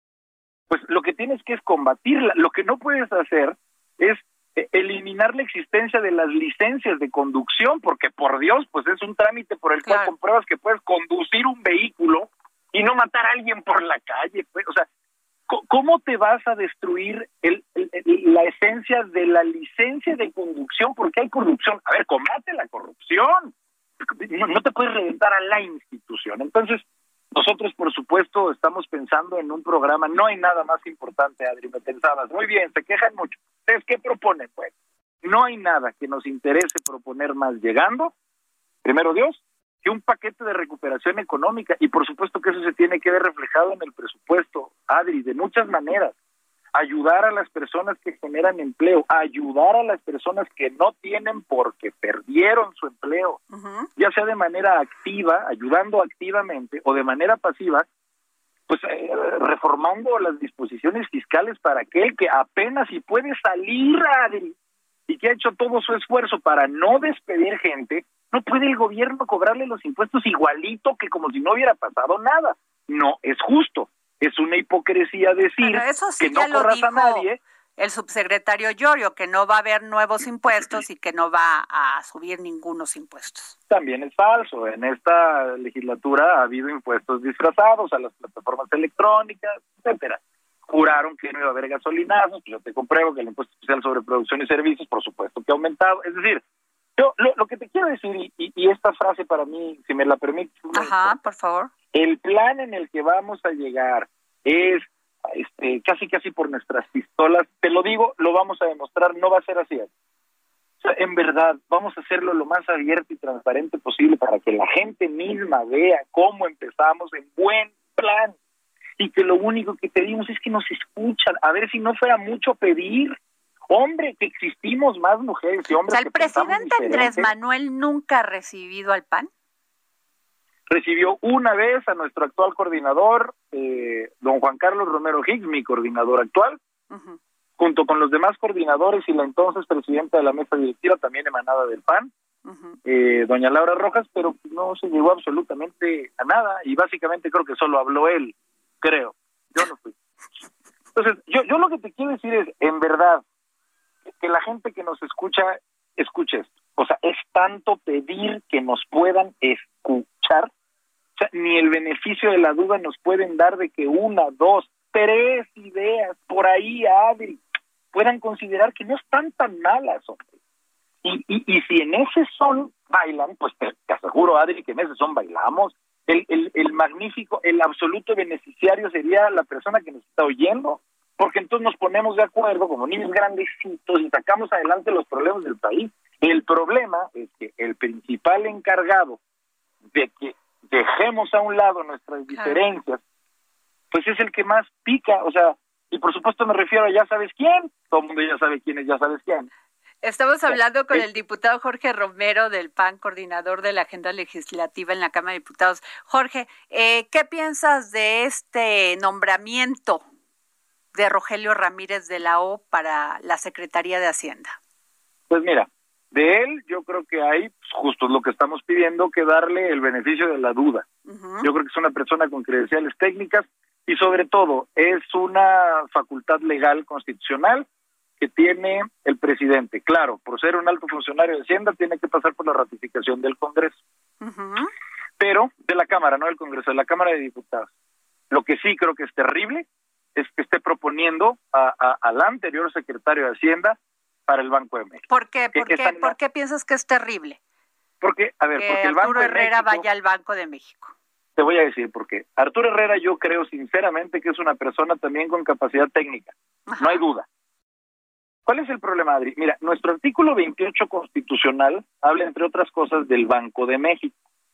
Pues lo que tienes que es combatirla. Lo que no puedes hacer es eliminar la existencia de las licencias de conducción, porque por Dios, pues es un trámite por el claro. cual compruebas que puedes conducir un vehículo y no matar a alguien por la calle. Pues, o sea, ¿cómo te vas a destruir el, el, el, la esencia de la licencia de conducción? Porque hay corrupción. A ver, combate la corrupción. No, no te puedes reventar a la institución. Entonces, nosotros, por supuesto, estamos pensando en un programa. No hay nada más importante, Adri. Me pensabas, muy bien, se quejan mucho. ¿Ustedes qué proponen? Pues, no hay nada que nos interese proponer más llegando, primero Dios, que un paquete de recuperación económica, y por supuesto que eso se tiene que ver reflejado en el presupuesto, Adri, de muchas maneras. Ayudar a las personas que generan empleo, ayudar a las personas que no tienen porque perdieron su empleo, uh-huh. ya sea de manera activa, ayudando activamente, o de manera pasiva, pues eh, reformando las disposiciones fiscales para aquel que apenas si puede salir, Adri, y que ha hecho todo su esfuerzo para no despedir gente. No puede el gobierno cobrarle los impuestos igualito que como si no hubiera pasado nada. No es justo. Es una hipocresía decir eso sí, que no corras a nadie. El subsecretario Llorio, que no va a haber nuevos impuestos y que no va a subir ningunos impuestos. También es falso. En esta legislatura ha habido impuestos disfrazados a las plataformas electrónicas, etcétera. Juraron que no iba a haber gasolinazos. Yo te compruebo que el impuesto especial sobre producción y servicios, por supuesto que ha aumentado. Es decir, yo lo, lo que te quiero decir, y, y, y esta frase para mí, si me la permites. Ajá, por favor. El plan en el que vamos a llegar es este, casi casi por nuestras pistolas. Te lo digo, lo vamos a demostrar, no va a ser así. O sea, en verdad, vamos a hacerlo lo más abierto y transparente posible para que la gente misma vea cómo empezamos en buen plan. Y que lo único que pedimos es que nos escuchan. A ver, si no fuera mucho pedir. Hombre, que existimos más mujeres y hombres. O sea, ¿el que presidente Andrés Manuel nunca ha recibido al P A N? Recibió una vez a nuestro actual coordinador, eh, don Juan Carlos Romero Hicks, mi coordinador actual, uh-huh. junto con los demás coordinadores y la entonces presidenta de la mesa directiva, también emanada del P A N, uh-huh. eh, doña Laura Rojas, pero no se llegó absolutamente a nada, y básicamente creo que solo habló él, creo, yo no fui. Entonces, yo, yo lo que te quiero decir es, en verdad, que la gente que nos escucha, escuche esto. O sea, es tanto pedir que nos puedan escuchar. O sea, ni el beneficio de la duda nos pueden dar de que una, dos, tres ideas por ahí, Adri, puedan considerar que no están tan malas, hombre. Y, y, y si en ese son bailan, pues te, te aseguro, Adri, que en ese son bailamos. El, el, el magnífico, el absoluto beneficiario sería la persona que nos está oyendo. porque entonces nos ponemos de acuerdo como niños grandecitos y sacamos adelante los problemas del país. El problema es que el principal encargado de que dejemos a un lado nuestras diferencias, pues es el que más pica, o sea, y por supuesto me refiero a ya sabes quién, todo el mundo ya sabe quién es, ya sabes quién. Estamos hablando con el diputado Jorge Romero del P A N, coordinador de la agenda legislativa en la Cámara de Diputados. Jorge, eh, ¿qué piensas de este nombramiento de Rogelio Ramírez de la O para la Secretaría de Hacienda? Pues mira, de él yo creo que hay, pues, justo lo que estamos pidiendo, que darle el beneficio de la duda. Uh-huh. Yo creo que es una persona con credenciales técnicas y sobre todo es una facultad legal constitucional que tiene el presidente. Claro, por ser un alto funcionario de Hacienda tiene que pasar por la ratificación del Congreso. Uh-huh. Pero de la Cámara, no del Congreso, de la Cámara de Diputados. Lo que sí creo que es terrible es que esté proponiendo a, a, al anterior secretario de Hacienda para el Banco de México. ¿Por qué? ¿Por, qué? ¿Por qué piensas que es terrible? Porque, a ver, que porque el Banco Arturo de Herrera México, vaya al Banco de México. Te voy a decir por qué. Arturo Herrera yo creo sinceramente que es una persona también con capacidad técnica. Ajá. No hay duda. ¿Cuál es el problema, Adri? Mira, nuestro artículo veintiocho constitucional habla, entre otras cosas, del Banco de México.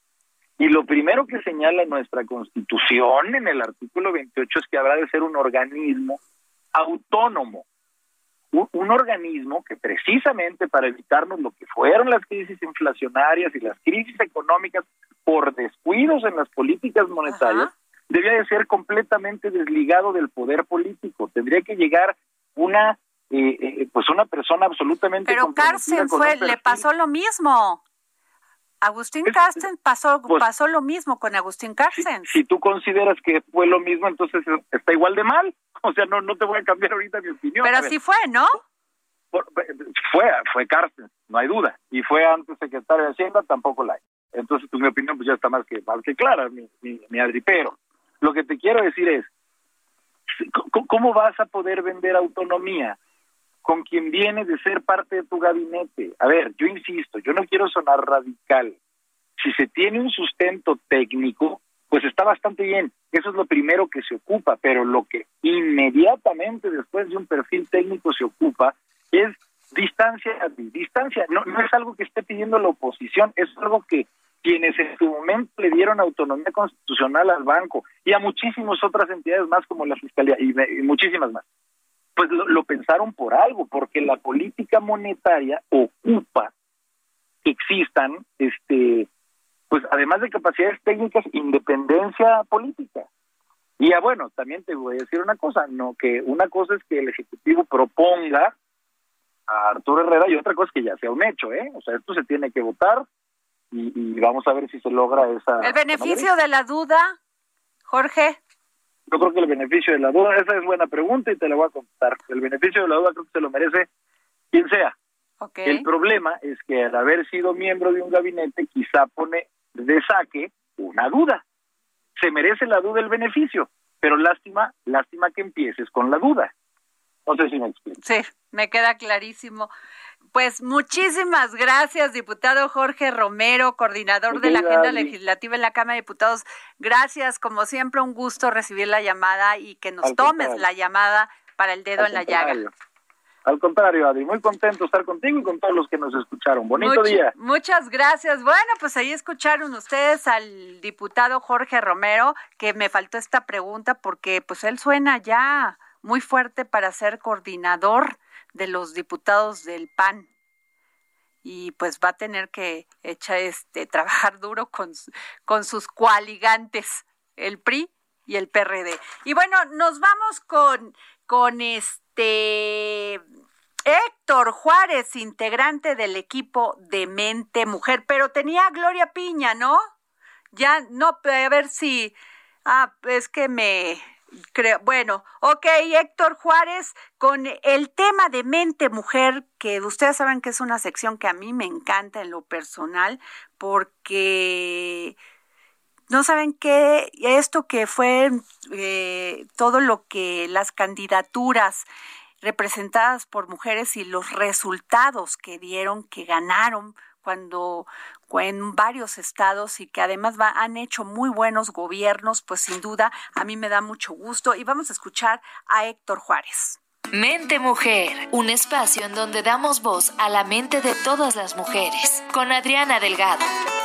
Y lo primero que señala nuestra Constitución en el artículo veintiocho es que habrá de ser un organismo autónomo. Un, un organismo que precisamente para evitarnos lo que fueron las crisis inflacionarias y las crisis económicas por descuidos en las políticas monetarias, ajá, debía de ser completamente desligado del poder político. Tendría que llegar una eh, eh, pues una persona absolutamente pero Carsten fue le pasó lo mismo. Agustín Carsten pasó pues, pasó lo mismo con Agustín Carsten. Si, si tú consideras que fue lo mismo, entonces está igual de mal. O sea, no no te voy a cambiar ahorita mi opinión. Pero sí fue, ¿no? Por, fue fue Carsten, no hay duda. Y fue antes secretario de Hacienda, tampoco la hay. Entonces, pues mi opinión pues ya está más que más que clara, mi, mi, mi Adri. Pero lo que te quiero decir es, ¿cómo vas a poder vender autonomía con quien viene de ser parte de tu gabinete? A ver, yo insisto, yo no quiero sonar radical. Si se tiene un sustento técnico, pues está bastante bien. Eso es lo primero que se ocupa, pero lo que inmediatamente después de un perfil técnico se ocupa es distancia. Distancia no, no es algo que esté pidiendo la oposición, es algo que quienes en su momento le dieron autonomía constitucional al banco y a muchísimas otras entidades más como la Fiscalía y, y muchísimas más, pues lo, lo pensaron por algo, porque la política monetaria ocupa que existan, este, pues además de capacidades técnicas, independencia política. Y ya bueno, también te voy a decir una cosa, no que una cosa es que el Ejecutivo proponga a Arturo Herrera y otra cosa es que ya sea un hecho, ¿eh? O sea, esto se tiene que votar y, y vamos a ver si se logra esa... ¿El beneficio de la duda, Jorge? Yo creo que el beneficio de la duda, esa es buena pregunta y te la voy a contestar. El beneficio de la duda creo que se lo merece quien sea. Okay. El problema es que al haber sido miembro de un gabinete quizá pone de saque una duda. Se merece la duda el beneficio, pero lástima, lástima que empieces con la duda. No sé si me explico. Sí, me queda clarísimo. Pues muchísimas gracias, diputado Jorge Romero, coordinador de la Agenda Legislativa en la Cámara de Diputados. Gracias, como siempre, un gusto recibir la llamada y que nos tomes la llamada para el dedo en la llaga. Al contrario, Adri, muy contento de estar contigo y con todos los que nos escucharon. Bonito Much, día. Muchas gracias. Bueno, pues ahí escucharon ustedes al diputado Jorge Romero, que me faltó esta pregunta porque pues él suena ya muy fuerte para ser coordinador de los diputados del P A N y pues va a tener que echar este trabajar duro con, con sus coaligantes, el P R I y el P R D. Y bueno, nos vamos con, con este Héctor Juárez, integrante del equipo de Mente Mujer, pero tenía a Gloria Piña, ¿no? Ya, no, a ver si, ah, es que me... Creo, bueno, ok, Héctor Juárez, con el tema de Mente Mujer, que ustedes saben que es una sección que a mí me encanta en lo personal, porque no saben qué, esto que fue eh, todo lo que las candidaturas representadas por mujeres y los resultados que dieron, que ganaron cuando en varios estados y que además va, han hecho muy buenos gobiernos, pues sin duda a mí me da mucho gusto. Y vamos a escuchar a Héctor Juárez. Mente Mujer, un espacio en donde damos voz a la mente de todas las mujeres, con Adriana Delgado.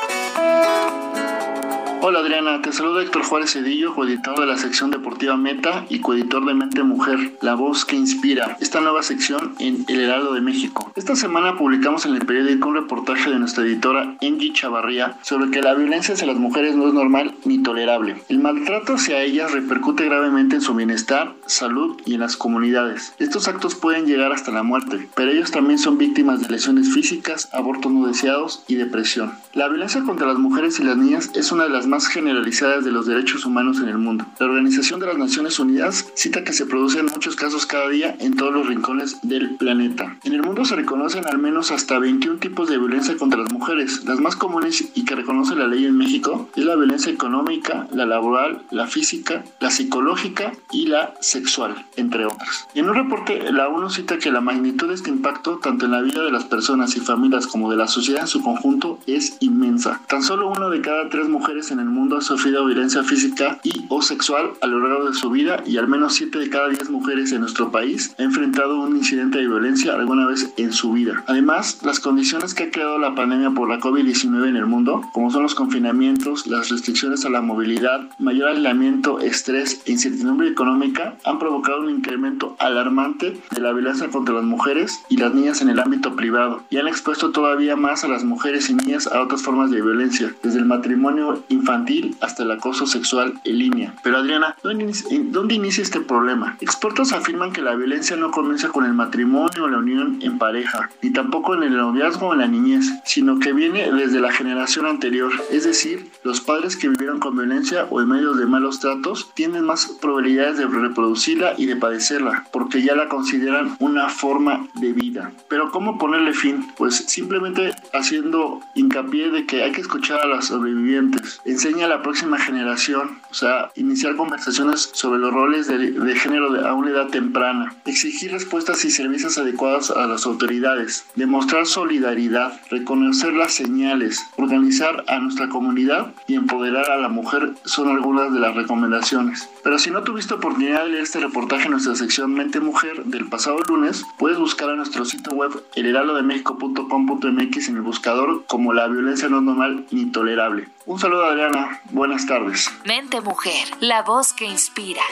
Hola Adriana, te saluda Héctor Juárez Cedillo, coeditor de la sección deportiva Meta y coeditor de Mente Mujer, la voz que inspira, esta nueva sección en El Heraldo de México. Esta semana publicamos en el periódico un reportaje de nuestra editora Angie Chavarría sobre que la violencia hacia las mujeres no es normal ni tolerable. El maltrato hacia ellas repercute gravemente en su bienestar, salud y en las comunidades. Estos actos pueden llegar hasta la muerte, pero ellos también son víctimas de lesiones físicas, abortos no deseados y depresión. La violencia contra las mujeres y las niñas es una de las más generalizadas de los derechos humanos en el mundo. La Organización de las Naciones Unidas cita que se producen muchos casos cada día en todos los rincones del planeta. En el mundo se reconocen al menos hasta veintiún tipos de violencia contra las mujeres. Las más comunes y que reconoce la ley en México es la violencia económica, la laboral, la física, la psicológica y la sexual, entre otras. Y en un reporte, la ONU cita que la magnitud de este impacto, tanto en la vida de las personas y familias como de la sociedad en su conjunto, es inmensa. Tan solo una de cada tres mujeres en el mundo ha sufrido violencia física y o sexual a lo largo de su vida y al menos siete de cada diez mujeres en nuestro país ha enfrentado un incidente de violencia alguna vez en su vida. Además, las condiciones que ha creado la pandemia por la covid diecinueve en el mundo, como son los confinamientos, las restricciones a la movilidad, mayor aislamiento, estrés e incertidumbre económica, han provocado un incremento alarmante de la violencia contra las mujeres y las niñas en el ámbito privado y han expuesto todavía más a las mujeres y niñas a otras formas de violencia, desde el matrimonio infantil hasta el acoso sexual en línea. Pero Adriana, ¿dónde inicia, ¿dónde inicia este problema? Expertos afirman que la violencia no comienza con el matrimonio o la unión en pareja, ni tampoco en el noviazgo o en la niñez, sino que viene desde la generación anterior, es decir, los padres que vivieron con violencia o en medio de malos tratos tienen más probabilidades de reproducirla y de padecerla, porque ya la consideran una forma de vida. Pero ¿cómo ponerle fin? Pues simplemente haciendo hincapié de que hay que escuchar a las sobrevivientes, enseña a la próxima generación, o sea, iniciar conversaciones sobre los roles de, de género de, a una edad temprana, exigir respuestas y servicios adecuados a las autoridades, demostrar solidaridad, reconocer las señales, organizar a nuestra comunidad y empoderar a la mujer son algunas de las recomendaciones. Pero si no tuviste oportunidad de leer este reportaje en nuestra sección Mente Mujer del pasado lunes, puedes buscar a nuestro sitio web el heraldo de méxico punto com punto m x en el buscador como La violencia no es normal ni tolerable. Un saludo, Adriana. Buenas tardes. Mente Mujer, la voz que inspira.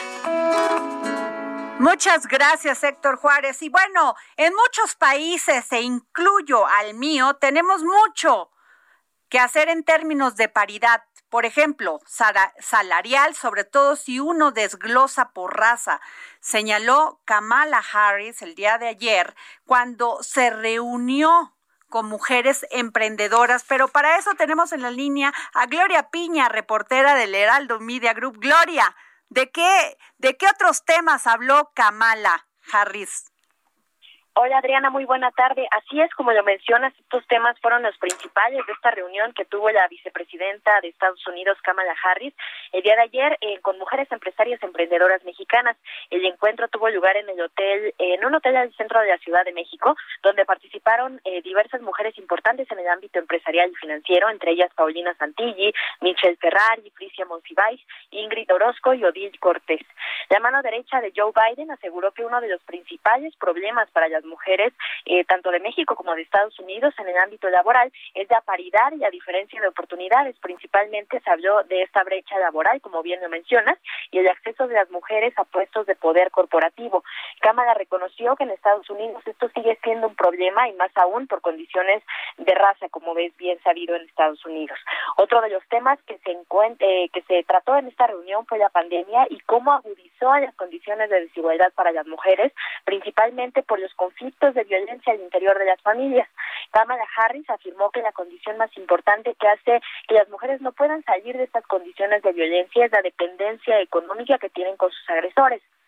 Muchas gracias, Héctor Juárez. Y bueno, en muchos países, e incluyo al mío, tenemos mucho que hacer en términos de paridad. Por ejemplo, salarial, sobre todo si uno desglosa por raza, señaló Kamala Harris el día de ayer cuando se reunió con mujeres emprendedoras. Pero para eso tenemos en la línea a Gloria Piña, reportera del Heraldo Media Group. Gloria, ¿de qué, de qué otros temas habló Kamala Harris? Hola Adriana, muy buena tarde. Así es, como lo mencionas, estos temas fueron los principales de esta reunión que tuvo la vicepresidenta de Estados Unidos, Kamala Harris, el día de ayer eh, con mujeres empresarias emprendedoras mexicanas. El encuentro tuvo lugar en el hotel, en un hotel del centro de la Ciudad de México, donde participaron eh, diversas mujeres importantes en el ámbito empresarial y financiero, entre ellas Paulina Santilli, Michelle Ferrari, Frisia Monsiváis, Ingrid Orozco y Odile Cortés. La mano derecha de Joe Biden aseguró que uno de los principales problemas para las mujeres, eh, tanto de México como de Estados Unidos en el ámbito laboral, es la paridad y la diferencia de oportunidades. Principalmente se habló de esta brecha laboral, como bien lo mencionas, y el acceso de las mujeres a puestos de poder corporativo. Kamala reconoció que en Estados Unidos esto sigue siendo un problema y más aún por condiciones de raza, como ves bien sabido en Estados Unidos. Otro de los temas que se encuent- eh, que se trató en esta reunión fue la pandemia y cómo agudizó las condiciones de desigualdad para las mujeres, principalmente por los conflictos de violencia al interior de las familias. Kamala Harris afirmó que la condición más importante que hace que las mujeres no puedan salir de estas condiciones de violencia es la dependencia económica que tienen con sus agresores.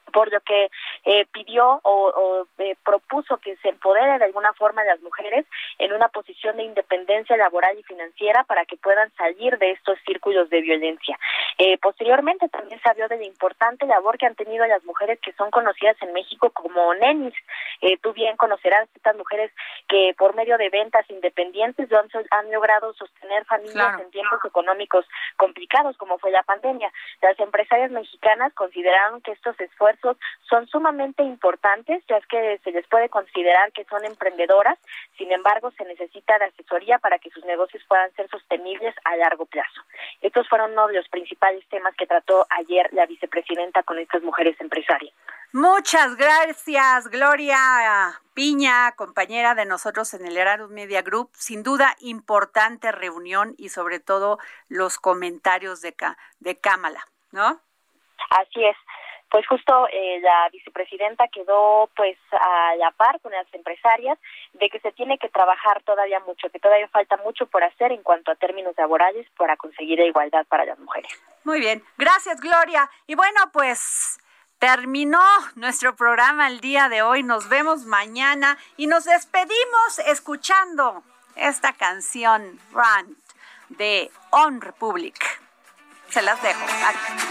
por lo que eh, pidió o, o eh, propuso que se empodere de alguna forma a las mujeres en una posición de independencia laboral y financiera para que puedan salir de estos círculos de violencia. Eh, posteriormente también se habló de la importante labor que han tenido las mujeres que son conocidas en México como nenis. Eh, tú bien conocerás estas mujeres que por medio de ventas independientes han, han logrado sostener familias claro. en tiempos económicos complicados como fue la pandemia. Las empresarias mexicanas consideraron que estos esfuerzos son sumamente importantes, ya es que se les puede considerar que son emprendedoras, sin embargo se necesita de asesoría para que sus negocios puedan ser sostenibles a largo plazo. Estos fueron uno de los principales temas que trató ayer la vicepresidenta con estas mujeres empresarias. Muchas gracias, Gloria Piña, compañera de nosotros en el Heraldo Media Group. Sin duda, importante reunión y sobre todo los comentarios de, de Kamala, ¿no? Así es. Pues justo eh, la vicepresidenta quedó pues a la par con las empresarias de que se tiene que trabajar todavía mucho, que todavía falta mucho por hacer en cuanto a términos laborales para conseguir la igualdad para las mujeres. Muy bien, gracias Gloria. Y bueno, pues terminó nuestro programa el día de hoy, nos vemos mañana y nos despedimos escuchando esta canción Run de On Republic. Se las dejo. Aquí.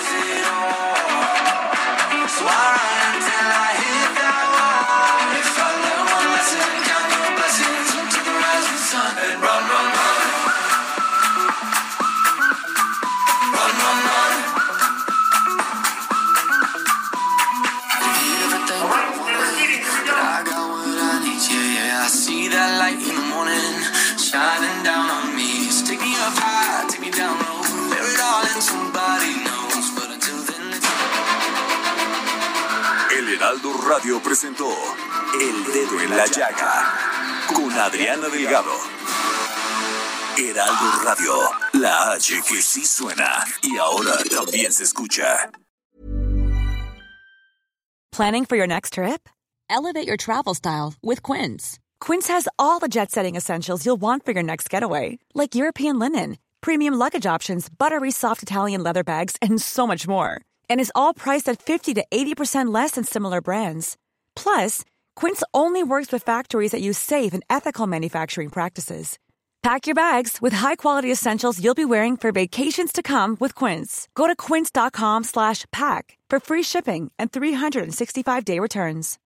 So I run until I hit that wall. If I learn one lesson, count your blessings until the rising sun. And run, run, run. Run, run, run. I need everything I want, but I got what I need, yeah, yeah. I see that light in the morning, shining down on me. It's take me up high, take me down low. Bear it all in somebody knows, but until then it's... El Heraldo Radio presentó El Dedo en la Llaga con Adriana Delgado. Heraldo Radio, la H que sí suena y ahora también se escucha. Planning for your next trip? Elevate your travel style with Quince. Quince has all the jet-setting essentials you'll want for your next getaway, like European linen, premium luggage options, buttery soft Italian leather bags, and so much more. And is all priced at fifty to eighty percent less than similar brands. Plus, Quince only works with factories that use safe and ethical manufacturing practices. Pack your bags with high-quality essentials you'll be wearing for vacations to come with Quince. Go to quince.com slash pack for free shipping and three sixty-five day returns.